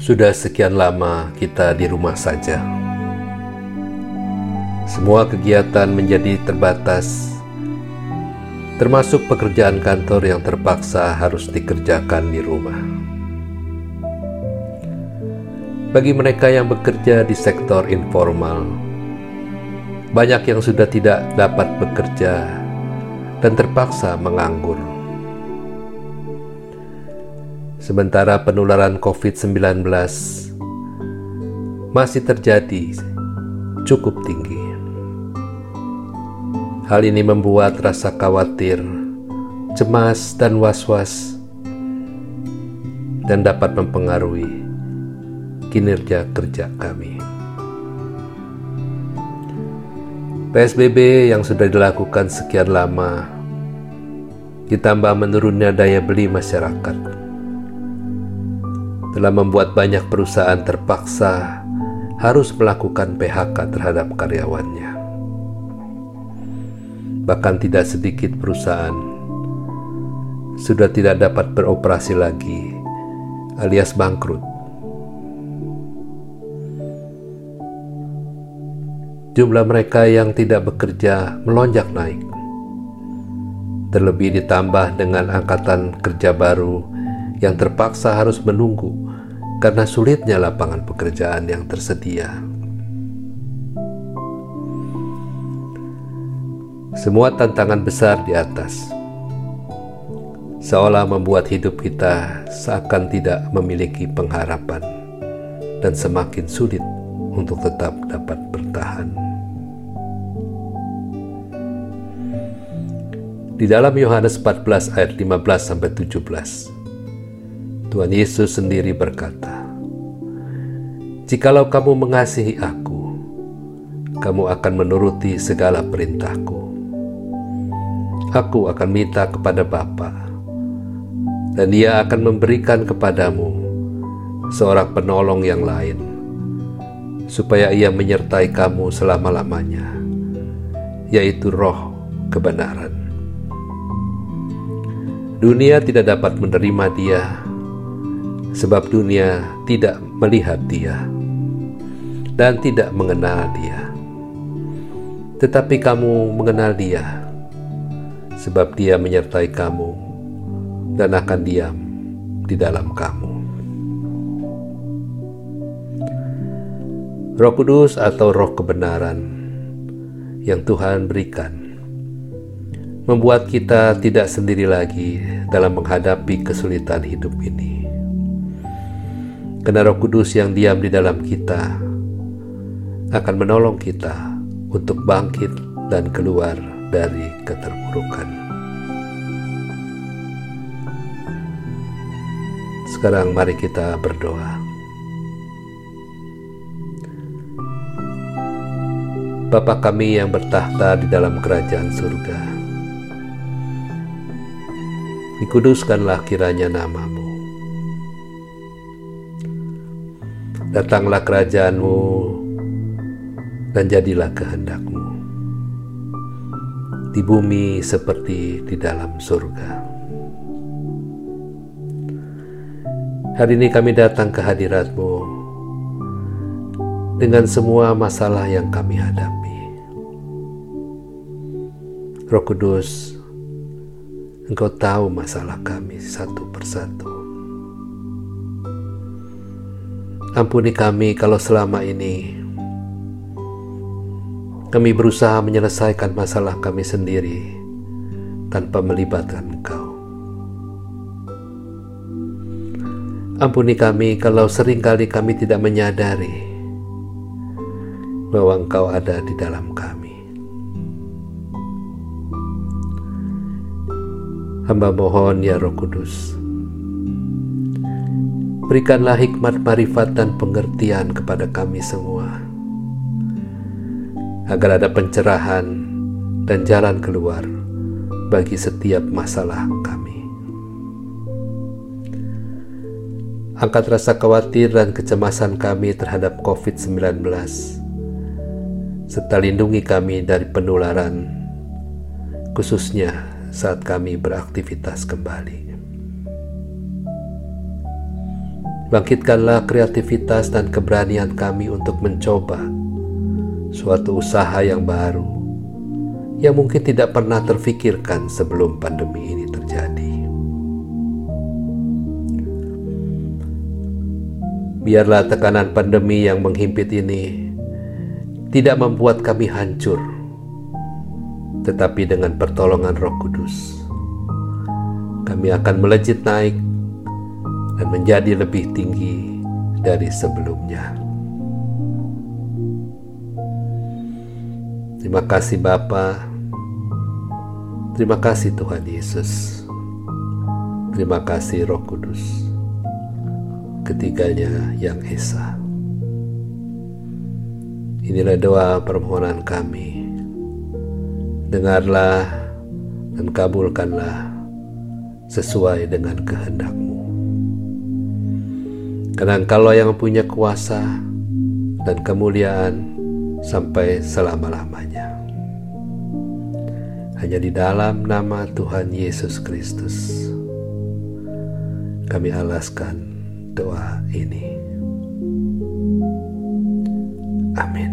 Sudah sekian lama kita di rumah saja. Semua kegiatan menjadi terbatas, termasuk pekerjaan kantor yang terpaksa harus dikerjakan di rumah. Bagi mereka yang bekerja di sektor informal, banyak yang sudah tidak dapat bekerja dan terpaksa menganggur. Sementara penularan COVID-19 masih terjadi cukup tinggi. Hal ini membuat rasa khawatir, cemas, dan was-was dan dapat mempengaruhi kinerja kerja kami. PSBB yang sudah dilakukan sekian lama ditambah menurunnya daya beli masyarakat telah membuat banyak perusahaan terpaksa harus melakukan PHK terhadap karyawannya. Bahkan tidak sedikit perusahaan sudah tidak dapat beroperasi lagi alias bangkrut. Jumlah mereka yang tidak bekerja melonjak naik. Terlebih ditambah dengan angkatan kerja baru yang terpaksa harus menunggu karena sulitnya lapangan pekerjaan yang tersedia. Semua tantangan besar di atas, seolah membuat hidup kita seakan tidak memiliki pengharapan dan semakin sulit untuk tetap dapat bertahan. Di dalam Yohanes 14 ayat 15-17, Tuhan Yesus sendiri berkata, "Jikalau kamu mengasihi aku, kamu akan menuruti segala perintahku. Aku akan minta kepada Bapa, dan Dia akan memberikan kepadamu seorang penolong yang lain, supaya Ia menyertai kamu selama-lamanya, yaitu Roh kebenaran. Dunia tidak dapat menerima Dia, sebab dunia tidak melihat Dia dan tidak mengenal Dia. Tetapi kamu mengenal Dia, sebab Dia menyertai kamu dan akan diam di dalam kamu." Roh Kudus atau Roh kebenaran yang Tuhan berikan membuat kita tidak sendiri lagi dalam menghadapi kesulitan hidup ini. Karena Roh Kudus yang diam di dalam kita akan menolong kita untuk bangkit dan keluar dari keterpurukan. Sekarang mari kita berdoa. Bapa kami yang bertahta di dalam kerajaan surga, dikuduskanlah kiranya nama-Mu. Datanglah kerajaan-Mu dan jadilah kehendak-Mu di bumi seperti di dalam surga. Hari ini kami datang ke hadirat-Mu dengan semua masalah yang kami hadapi. Roh Kudus, Engkau tahu masalah kami satu persatu. Ampuni kami kalau selama ini kami berusaha menyelesaikan masalah kami sendiri tanpa melibatkan Engkau. Ampuni kami kalau seringkali kami tidak menyadari bahwa Engkau ada di dalam kami. Hamba mohon ya Roh Kudus, berikanlah hikmat, marifat, dan pengertian kepada kami semua, agar ada pencerahan dan jalan keluar bagi setiap masalah kami. Angkat rasa khawatir dan kecemasan kami terhadap COVID-19, serta lindungi kami dari penularan, khususnya saat kami beraktivitas kembali. Bangkitkanlah kreativitas dan keberanian kami untuk mencoba suatu usaha yang baru, yang mungkin tidak pernah terfikirkan sebelum pandemi ini terjadi. Biarlah tekanan pandemi yang menghimpit ini tidak membuat kami hancur, tetapi dengan pertolongan Roh Kudus, kami akan melejit naik dan menjadi lebih tinggi dari sebelumnya. Terima kasih Bapa, terima kasih Tuhan Yesus, terima kasih Roh Kudus, ketiganya yang esa. Inilah doa permohonan kami. Dengarlah dan kabulkanlah sesuai dengan kehendak-Mu. Karena Engkaulah yang punya kuasa dan kemuliaan sampai selama-lamanya. Hanya di dalam nama Tuhan Yesus Kristus kami alaskan doa ini. Amin.